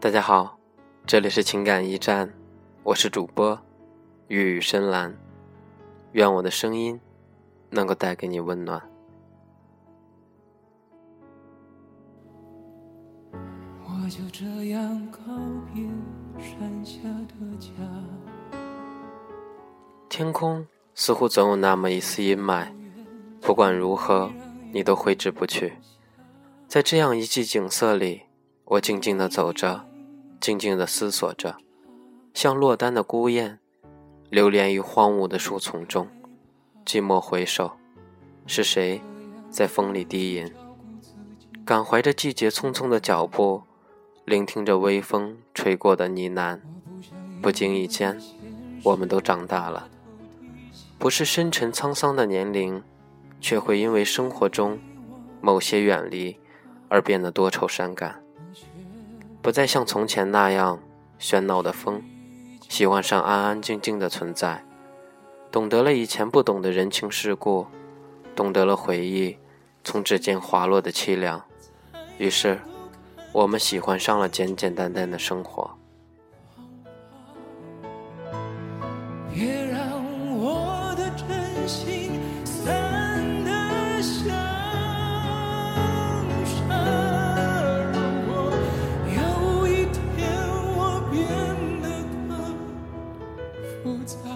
大家好，这里是情感驿站，我是主播玉宇深蓝，愿我的声音能够带给你温暖。 我就这样告别山下的家。 天空似乎总有那么一丝阴霾，不管如何你都挥之不去。在这样一季景色里，我静静地走着，静静地思索着，像落单的孤雁，流连于荒芜的树丛中，寂寞回首，是谁在风里低吟？感怀着季节匆匆的脚步，聆听着微风吹过的呢喃，不经意间，我们都长大了。不是深沉沧桑的年龄，却会因为生活中某些远离而变得多愁善感。不再像从前那样喧闹的风，喜欢上安安静静的存在，懂得了以前不懂的人情世故，懂得了回忆从指尖滑落的凄凉，于是我们喜欢上了简简单单的生活。 别让我的真心散得像沙，如果有一天我变得更复杂，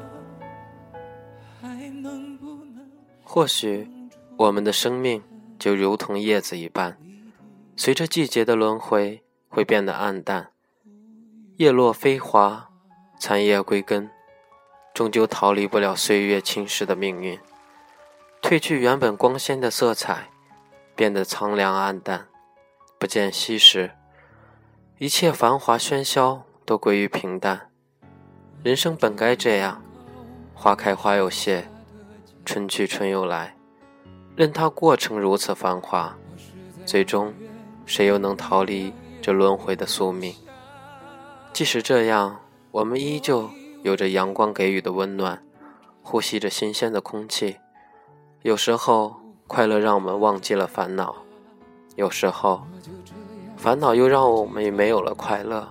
还能不能？ 或许我们的生命就如同叶子一般，随着季节的轮回会变得暗淡，叶落飞华，残叶归根，终究逃离不了岁月侵蚀的命运，褪去原本光鲜的色彩，变得苍凉暗淡，不见稀释，一切繁华喧嚣都归于平淡。人生本该这样，花开花又谢，春去春又来，任它过程如此繁华，最终谁又能逃离这轮回的宿命？即使这样，我们依旧有着阳光给予的温暖，呼吸着新鲜的空气。有时候快乐让我们忘记了烦恼，有时候烦恼又让我们没有了快乐。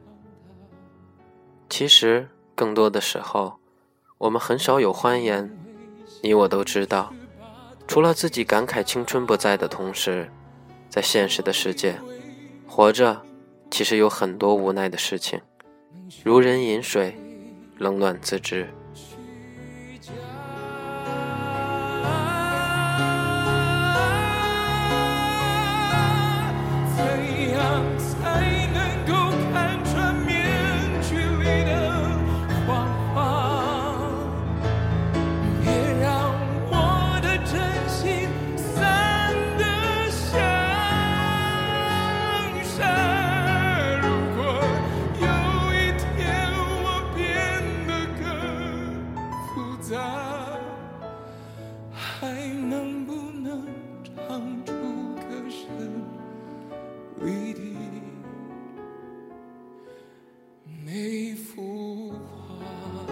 其实更多的时候，我们很少有欢颜，你我都知道，除了自己感慨青春不在的同时，在现实的世界活着其实有很多无奈的事情，如人饮水，冷暖自知。 怎样才能够看穿面具里的谎话？别让我的真心散得像沙，如果有一天我变得更复杂，还能不能唱出歌声里的每幅画？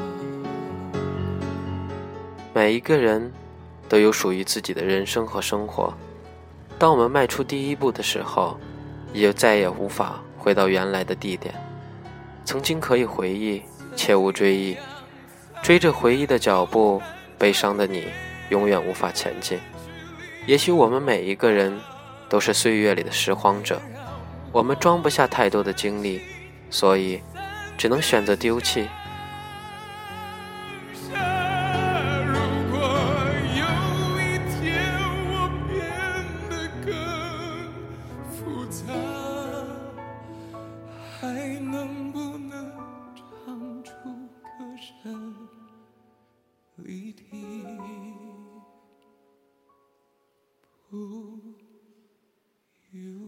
每一个人都有属于自己的人生和生活，当我们迈出第一步的时候，也就再也无法回到原来的地点。曾经可以回忆，切勿追忆，追着回忆的脚步，悲伤的你永远无法前进。也许我们每一个人都是岁月里的拾荒者，我们装不下太多的经历，所以只能选择丢弃。 如果有一天我变得更复杂，还能不能唱出歌声里的不由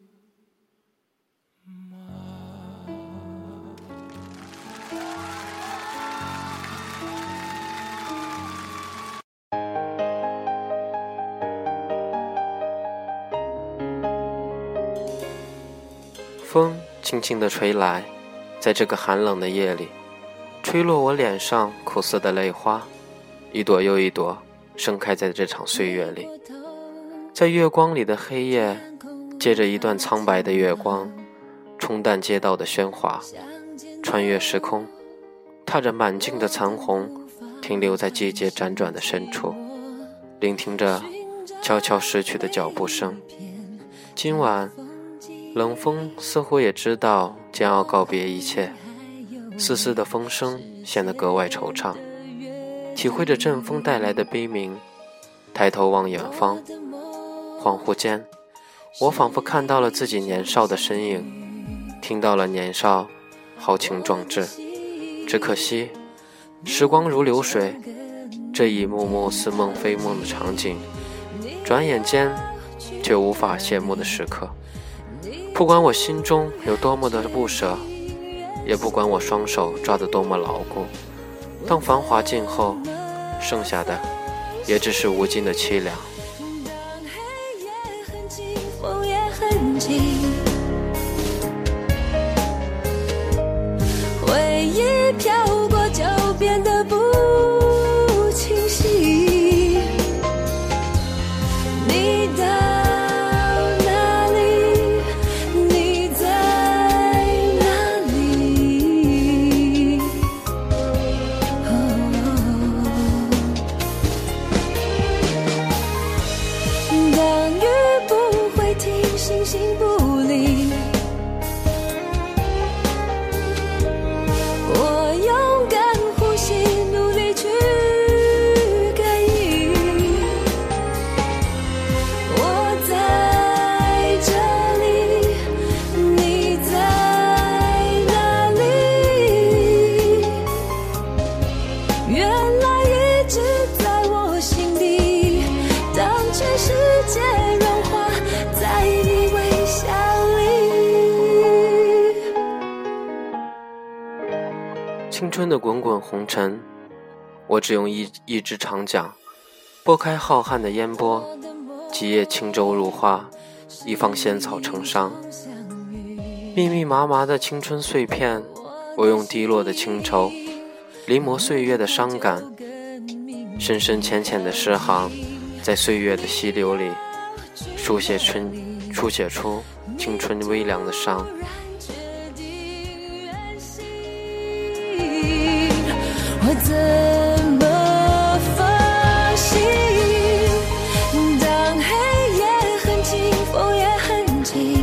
风轻轻地吹来，在这个寒冷的夜里，吹落我脸上苦涩的泪花，一朵又一朵盛开在这场岁月里。在月光里的黑夜，借着一段苍白的月光，重冲淡街道的喧哗，穿越时空，踏着满径的残红，停留在季节辗转的深处，聆听着悄悄逝去的脚步声。今晚冷风似乎也知道将要告别一切，丝丝的风声显得格外惆怅，体会着阵风带来的悲鸣，抬头望远方，恍惚间我仿佛看到了自己年少的身影，听到了年少豪情壮志。只可惜时光如流水，这一幕幕似梦非梦的场景，转眼间却无法谢幕的时刻。不管我心中有多么的不舍，也不管我双手抓得多么牢固，当繁华尽后，剩下的也只是无尽的凄凉。 风也很近，回忆飘过就变得不清晰。你到哪里？你在哪里？当雨不会停，星星不离，我勇敢呼吸，努力去感应。我在这里，你在哪里？原来一直在我心底，当全世界融化在你微笑里。 青春的滚滚红尘，我只用一支长桨，拨开浩瀚的烟波，几叶轻舟入画，一方仙草成殇。密密麻麻的青春碎片，我用滴落的清愁临摹岁月的伤感，深深浅浅的诗行，在岁月的溪流里书写出青春微凉的伤。 我怎么放心？当黑夜很近，风也很近，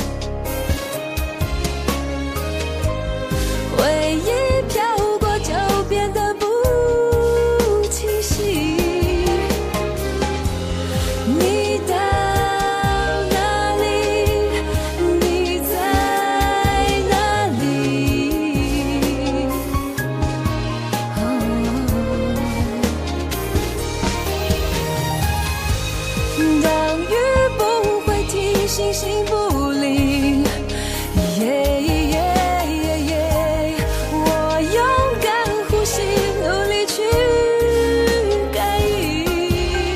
回忆飘过就变得不清晰。你到哪里？你在哪里？当雨不会停，星星不离，我勇敢呼吸，努力去感应。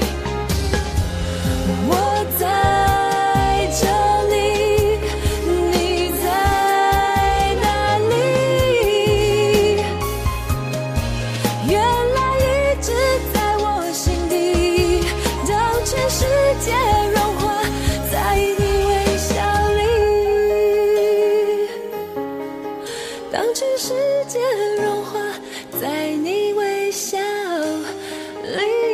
我在这里，你在哪里？原来一直在我心底，当全世界融化在你微笑里，当全世界融化在你微笑里。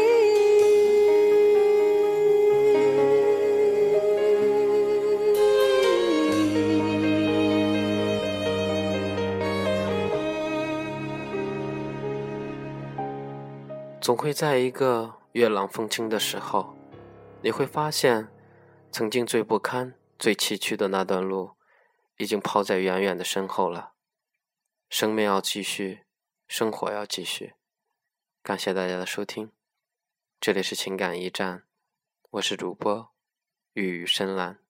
总会在一个月朗风清的时候，你会发现曾经最不堪最崎岖的那段路已经抛在远远的身后了。生命要继续，生活要继续。感谢大家的收听，这里是情感驿站，我是主播雨深蓝。